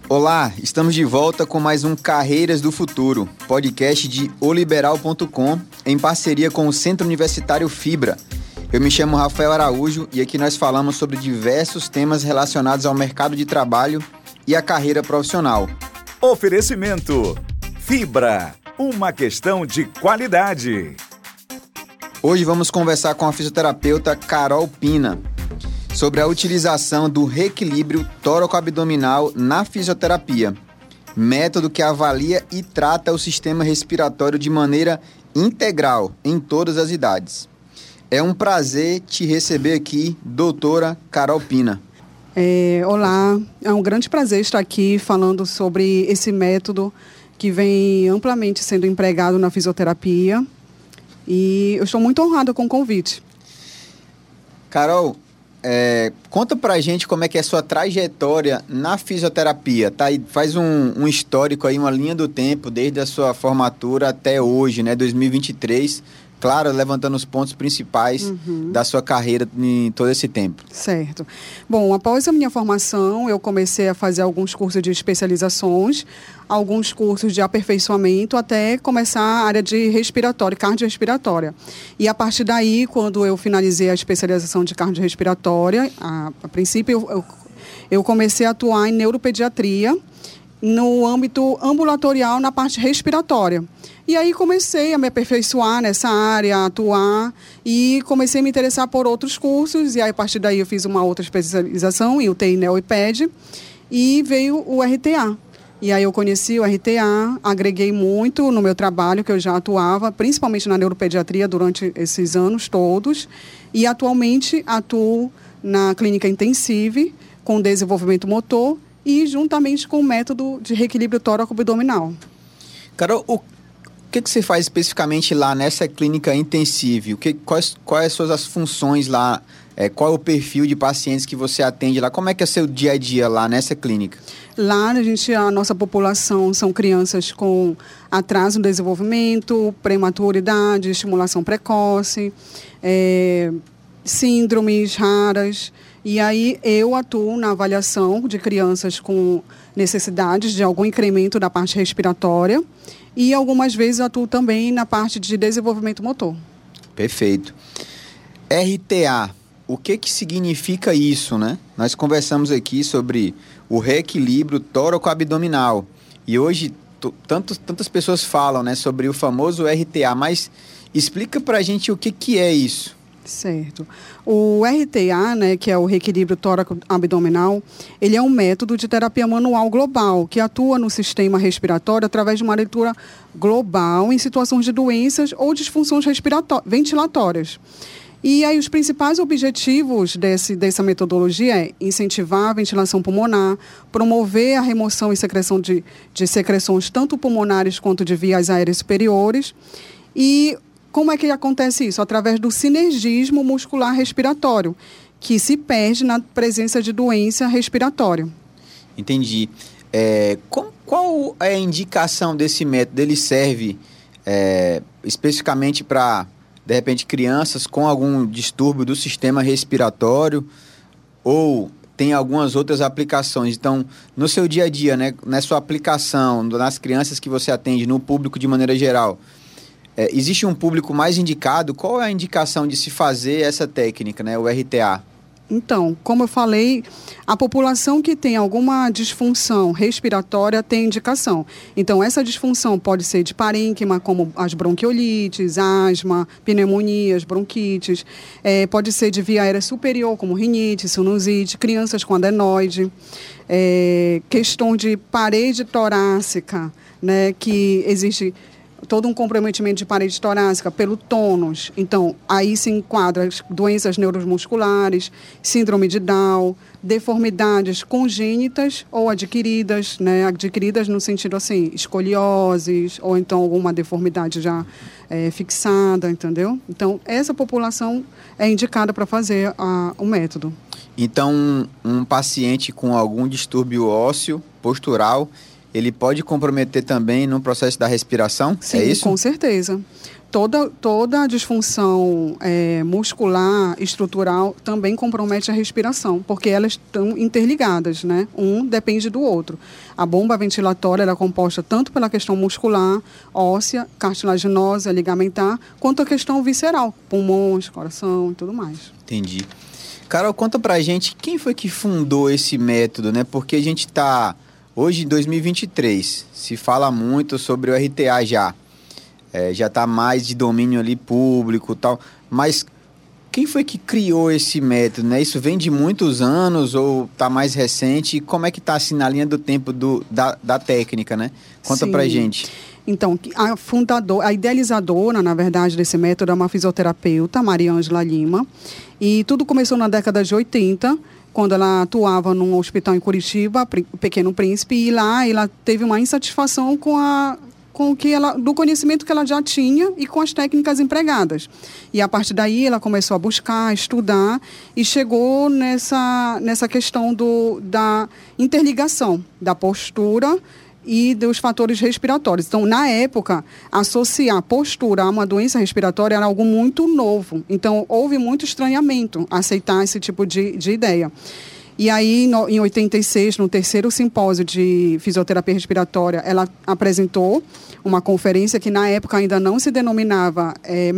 Olá, estamos de volta com mais um Carreiras do Futuro, podcast de oliberal.com, em parceria com o Centro Universitário Fibra. Eu me chamo Rafael Araújo e aqui nós falamos sobre diversos temas relacionados ao mercado de trabalho e à carreira profissional. Oferecimento Fibra, uma questão de qualidade. Hoje vamos conversar com a fisioterapeuta Carol Pina sobre a utilização do reequilíbrio tóraco-abdominal na fisioterapia, método que avalia e trata o sistema respiratório de maneira integral em todas as idades. É um prazer te receber aqui, doutora Carol Pina. Olá, é um grande prazer estar aqui falando sobre esse método que vem amplamente sendo empregado na fisioterapia e eu estou muito honrada com o convite. Carol, conta pra gente como é que é a sua trajetória na fisioterapia, tá? E faz um histórico aí, uma linha do tempo, desde a sua formatura até hoje, né, 2023, claro, levantando os pontos principais da sua carreira em todo esse tempo. Certo. Bom, após a minha formação, eu comecei a fazer alguns cursos de especializações, alguns cursos de aperfeiçoamento, até começar a área de cardiorrespiratória. E a partir daí, quando eu finalizei a especialização de cardiorrespiratória, a princípio eu comecei a atuar em neuropediatria, no âmbito ambulatorial, na parte respiratória. E aí comecei a me aperfeiçoar nessa área, a atuar, e comecei a me interessar por outros cursos, e aí a partir daí eu fiz uma outra especialização em UTI Neo e PED, e veio o RTA. E aí eu conheci o RTA, agreguei muito no meu trabalho, que eu já atuava, principalmente na neuropediatria durante esses anos todos, e atualmente atuo na clínica intensive, com desenvolvimento motor, e juntamente com o método de reequilíbrio tóraco-abdominal. Carol, o que você faz especificamente lá nessa clínica intensiva? Quais são as funções lá? Qual é o perfil de pacientes que você atende lá? Como é que é o seu dia a dia lá nessa clínica? Lá, a nossa população são crianças com atraso no desenvolvimento, prematuridade, estimulação precoce, síndromes raras. E aí eu atuo na avaliação de crianças com necessidades de algum incremento da parte respiratória e algumas vezes atuo também na parte de desenvolvimento motor. Perfeito. RTA, o que significa isso, né? Nós conversamos aqui sobre o reequilíbrio tóraco-abdominal e hoje tantas pessoas falam, né, sobre o famoso RTA, mas explica pra gente o que é isso. Certo. O RTA, né, que é o reequilíbrio tóraco-abdominal, ele é um método de terapia manual global que atua no sistema respiratório através de uma leitura global em situações de doenças ou disfunções ventilatórias. E aí os principais objetivos dessa metodologia é incentivar a ventilação pulmonar, promover a remoção e secreção de secreções tanto pulmonares quanto de vias aéreas superiores. E como é que acontece isso? Através do sinergismo muscular respiratório, que se perde na presença de doença respiratória. Entendi. Qual é a indicação desse método? Ele serve especificamente para, de repente, crianças com algum distúrbio do sistema respiratório ou tem algumas outras aplicações? Então, no seu dia a dia, né, na sua aplicação, nas crianças que você atende, no público de maneira geral, existe um público mais indicado? Qual é a indicação de se fazer essa técnica, né, o RTA? Então, como eu falei, a população que tem alguma disfunção respiratória tem indicação. Então, essa disfunção pode ser de parênquima, como as bronquiolites, asma, pneumonias, bronquites. Pode ser de via aérea superior, como rinite, sinusite, crianças com adenoide. Questão de parede torácica, né, que existe todo um comprometimento de parede torácica pelo tônus. Então, aí se enquadra as doenças neuromusculares, síndrome de Down, deformidades congênitas ou adquiridas, né? Adquiridas no sentido assim, escolioses ou então alguma deformidade já fixada, entendeu? Então, essa população é indicada para fazer o método. Então, um paciente com algum distúrbio ósseo, postural, ele pode comprometer também no processo da respiração? Sim, é isso? Com certeza. Toda a disfunção muscular, estrutural, também compromete a respiração, porque elas estão interligadas, né? Um depende do outro. A bomba ventilatória ela é composta tanto pela questão muscular, óssea, cartilaginosa, ligamentar, quanto a questão visceral, pulmões, coração e tudo mais. Entendi. Carol, conta pra gente quem foi que fundou esse método, né? Porque a gente está hoje em 2023, se fala muito sobre o RTA já. Já está mais de domínio ali público e tal, mas quem foi que criou esse método, né? Isso vem de muitos anos ou está mais recente? Como é que está assim na linha do tempo da técnica, né? Conta pra gente. Então, a idealizadora, na verdade, desse método é uma fisioterapeuta, Maria Ângela Lima, e tudo começou na década de 80, quando ela atuava num hospital em Curitiba, Pequeno Príncipe, e lá ela teve uma insatisfação do conhecimento que ela já tinha e com as técnicas empregadas. E a partir daí ela começou a buscar, estudar e chegou nessa questão da interligação da postura e dos fatores respiratórios. Então, na época, associar postura a uma doença respiratória era algo muito novo. Então, houve muito estranhamento a aceitar esse tipo de ideia. E aí, em 86, no terceiro simpósio de fisioterapia respiratória, ela apresentou uma conferência que, na época, ainda não se denominava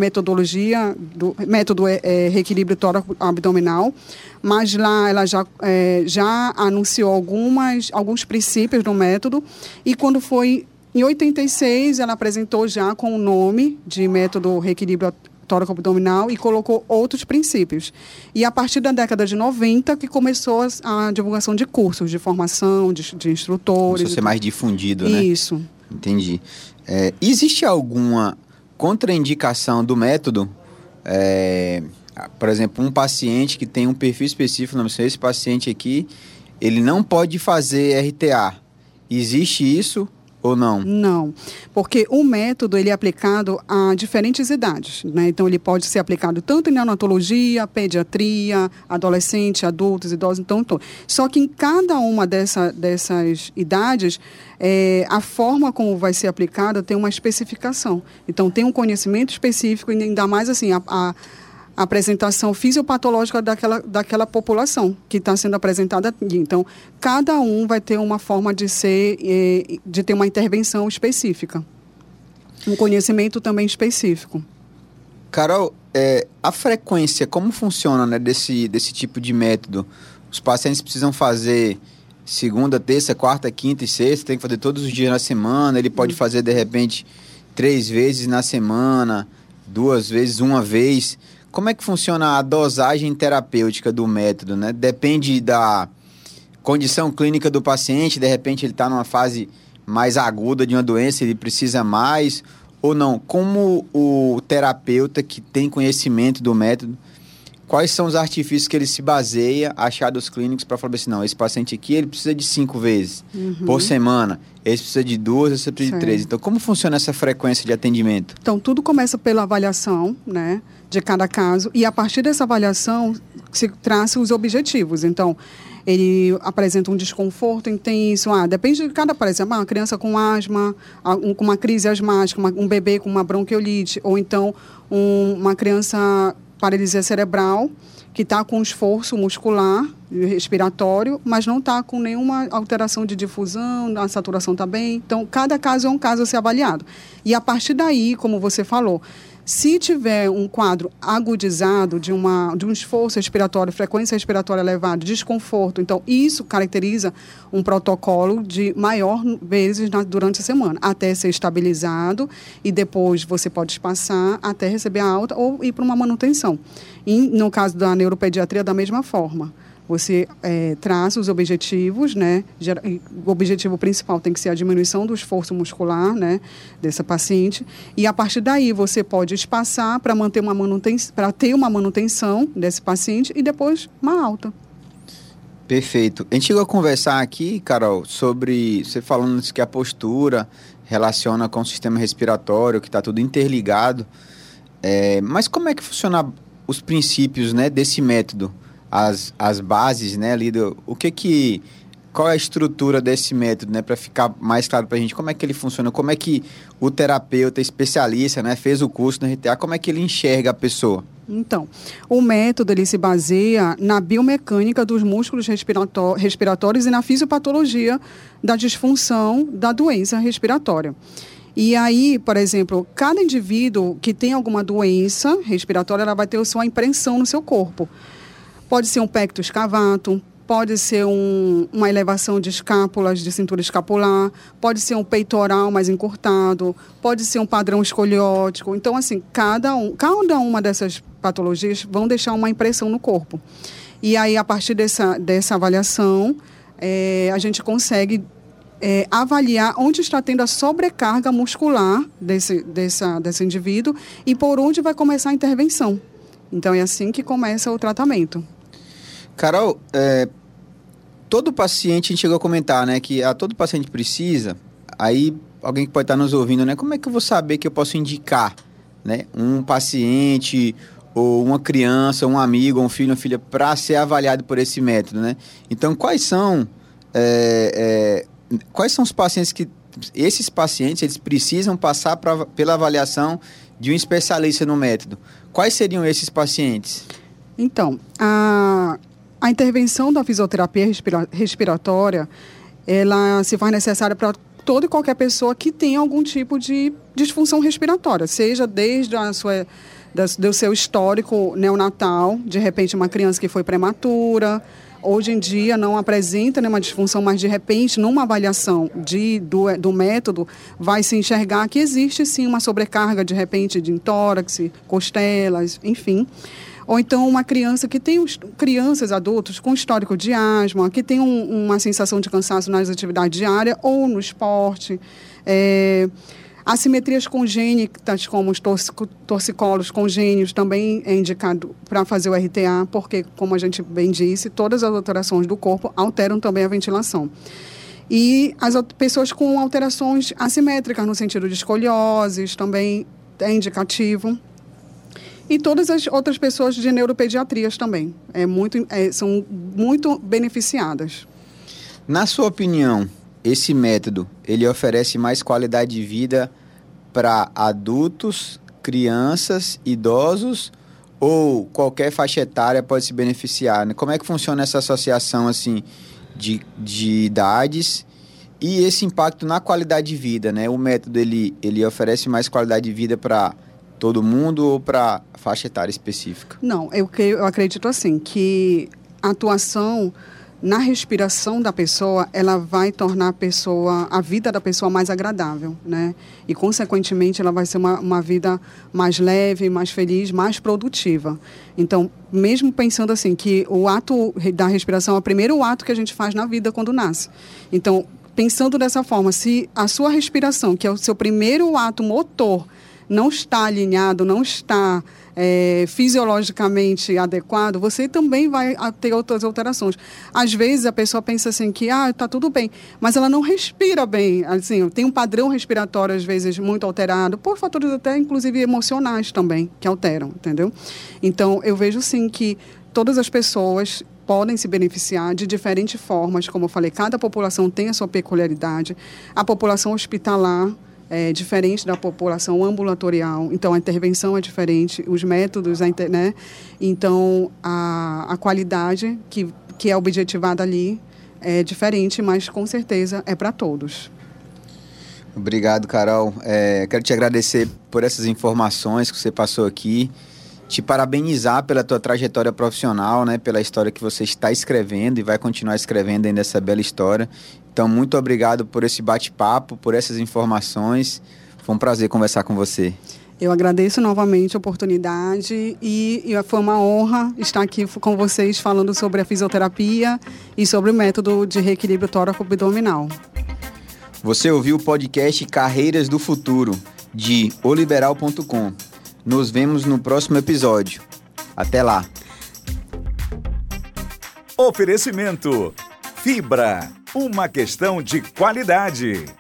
método reequilíbrio tóraco-abdominal, mas lá ela já anunciou alguns princípios do método, e quando foi em 86, ela apresentou já com o nome de método reequilíbrio tóraco-abdominal e colocou outros princípios. E a partir da década de 90 que começou a divulgação de cursos de formação, de instrutores. Começou a ser mais difundido, né? Isso. Entendi. Existe alguma contraindicação do método? Por exemplo, um paciente que tem um perfil específico, não sei, esse paciente aqui, ele não pode fazer RTA. Existe isso? Ou não? Não, porque o método ele é aplicado a diferentes idades, né? Então ele pode ser aplicado tanto em neonatologia, pediatria, adolescente, adultos, idosos, então todo. Só que em cada uma dessas idades, a forma como vai ser aplicada tem uma especificação. Então tem um conhecimento específico e ainda mais assim, a apresentação fisiopatológica daquela população que está sendo apresentada aqui. Então, cada um vai ter uma forma de ter uma intervenção específica. Um conhecimento também específico. Carol, a frequência, como funciona, né, desse tipo de método? Os pacientes precisam fazer segunda, terça, quarta, quinta e sexta, tem que fazer todos os dias na semana, ele pode fazer, de repente, 3 vezes na semana, 2 vezes, uma vez. Como é que funciona a dosagem terapêutica do método, né? Depende da condição clínica do paciente, de repente ele está numa fase mais aguda de uma doença, ele precisa mais ou não? Como o terapeuta que tem conhecimento do método, quais são os artifícios que ele se baseia, achados clínicos, para falar assim, não, esse paciente aqui ele precisa de 5 vezes por semana, esse precisa de 2, esse precisa de 3. Então, como funciona essa frequência de atendimento? Então, tudo começa pela avaliação, né, de cada caso, e a partir dessa avaliação se traça os objetivos. Então, ele apresenta um desconforto intenso, depende de cada paciente, uma criança com asma, com uma crise asmática, um bebê com uma bronquiolite, ou então uma criança paralisia cerebral, que está com esforço muscular, respiratório, mas não está com nenhuma alteração de difusão, a saturação está bem. Então, cada caso é um caso a ser avaliado. E a partir daí, como você falou, se tiver um quadro agudizado de um esforço respiratório, frequência respiratória elevada, desconforto, então isso caracteriza um protocolo de maior vezes durante a semana, até ser estabilizado e depois você pode espaçar até receber a alta ou ir para uma manutenção. E no caso da neuropediatria, da mesma forma. Você traça os objetivos, né? O objetivo principal tem que ser a diminuição do esforço muscular, né, dessa paciente. E a partir daí você pode espaçar para manter para ter uma manutenção desse paciente e depois uma alta. Perfeito. A gente chegou a conversar aqui, Carol, sobre você falando que a postura relaciona com o sistema respiratório, que está tudo interligado. Mas como é que funciona os princípios, né, desse método? As bases, né, ali o que qual é a estrutura desse método, né? Para ficar mais claro para a gente como é que ele funciona, como é que o terapeuta especialista, né, fez o curso na RTA, como é que ele enxerga a pessoa? Então, o método ele se baseia na biomecânica dos músculos respiratórios e na fisiopatologia da disfunção da doença respiratória. E aí, por exemplo, cada indivíduo que tem alguma doença respiratória, ela vai ter a sua impressão no seu corpo. Pode ser um pectus escavatum, pode ser uma elevação de escápulas, de cintura escapular, pode ser um peitoral mais encurtado, pode ser um padrão escoliótico. Então, assim, cada uma dessas patologias vão deixar uma impressão no corpo. E aí, a partir dessa avaliação, a gente consegue avaliar onde está tendo a sobrecarga muscular desse indivíduo e por onde vai começar a intervenção. Então, é assim que começa o tratamento. Carol, todo paciente, a gente chegou a comentar, né, que todo paciente precisa, aí alguém que pode estar nos ouvindo, né, como é que eu vou saber que eu posso indicar, né, um paciente ou uma criança, um amigo, um filho, uma filha, para ser avaliado por esse método, né? Então, quais são os pacientes esses pacientes, eles precisam passar pela avaliação de um especialista no método? Quais seriam esses pacientes? Então, a intervenção da fisioterapia respiratória, ela se faz necessária para toda e qualquer pessoa que tenha algum tipo de disfunção respiratória, seja desde do seu histórico neonatal, de repente uma criança que foi prematura, hoje em dia não apresenta nenhuma disfunção, mas de repente numa avaliação do método vai se enxergar que existe sim uma sobrecarga de repente de tórax, costelas, enfim. Ou então uma criança que tem crianças, adultos com histórico de asma, que tem uma sensação de cansaço nas atividades diárias ou no esporte. Assimetrias congênitas, como os torcicólos congênios, também é indicado para fazer o RTA, porque, como a gente bem disse, todas as alterações do corpo alteram também a ventilação. E as pessoas com alterações assimétricas, no sentido de escolioses, também é indicativo. E todas as outras pessoas de neuropediatrias também são muito beneficiadas. Na sua opinião, esse método, ele oferece mais qualidade de vida para adultos, crianças, idosos ou qualquer faixa etária pode se beneficiar, né? Como é que funciona essa associação assim, de idades e esse impacto na qualidade de vida, né? O método, ele oferece mais qualidade de vida para todo mundo ou para faixa etária específica? Não, eu acredito assim, que a atuação na respiração da pessoa, ela vai tornar a vida da pessoa mais agradável, né? E, consequentemente, ela vai ser uma vida mais leve, mais feliz, mais produtiva. Então, mesmo pensando assim, que o ato da respiração é o primeiro ato que a gente faz na vida quando nasce. Então, pensando dessa forma, se a sua respiração, que é o seu primeiro ato motor, não está alinhado, não está fisiologicamente adequado, você também vai ter outras alterações. Às vezes a pessoa pensa assim que está tudo bem, mas ela não respira bem, assim, tem um padrão respiratório às vezes muito alterado, por fatores até inclusive emocionais também, que alteram, entendeu? Então eu vejo sim que todas as pessoas podem se beneficiar de diferentes formas, como eu falei, cada população tem a sua peculiaridade, a população hospitalar é diferente da população ambulatorial, então a intervenção é diferente, os métodos, né? Então a qualidade que é objetivada ali é diferente, mas com certeza é para todos. Obrigado, Carol. Quero te agradecer por essas informações que você passou aqui, te parabenizar pela tua trajetória profissional, né? Pela história que você está escrevendo e vai continuar escrevendo ainda essa bela história. Então, muito obrigado por esse bate-papo, por essas informações. Foi um prazer conversar com você. Eu agradeço novamente a oportunidade e foi uma honra estar aqui com vocês falando sobre a fisioterapia e sobre o método de reequilíbrio tóraco-abdominal. Você ouviu o podcast Carreiras do Futuro, de oliberal.com. Nos vemos no próximo episódio. Até lá. Oferecimento Fibra, uma questão de qualidade.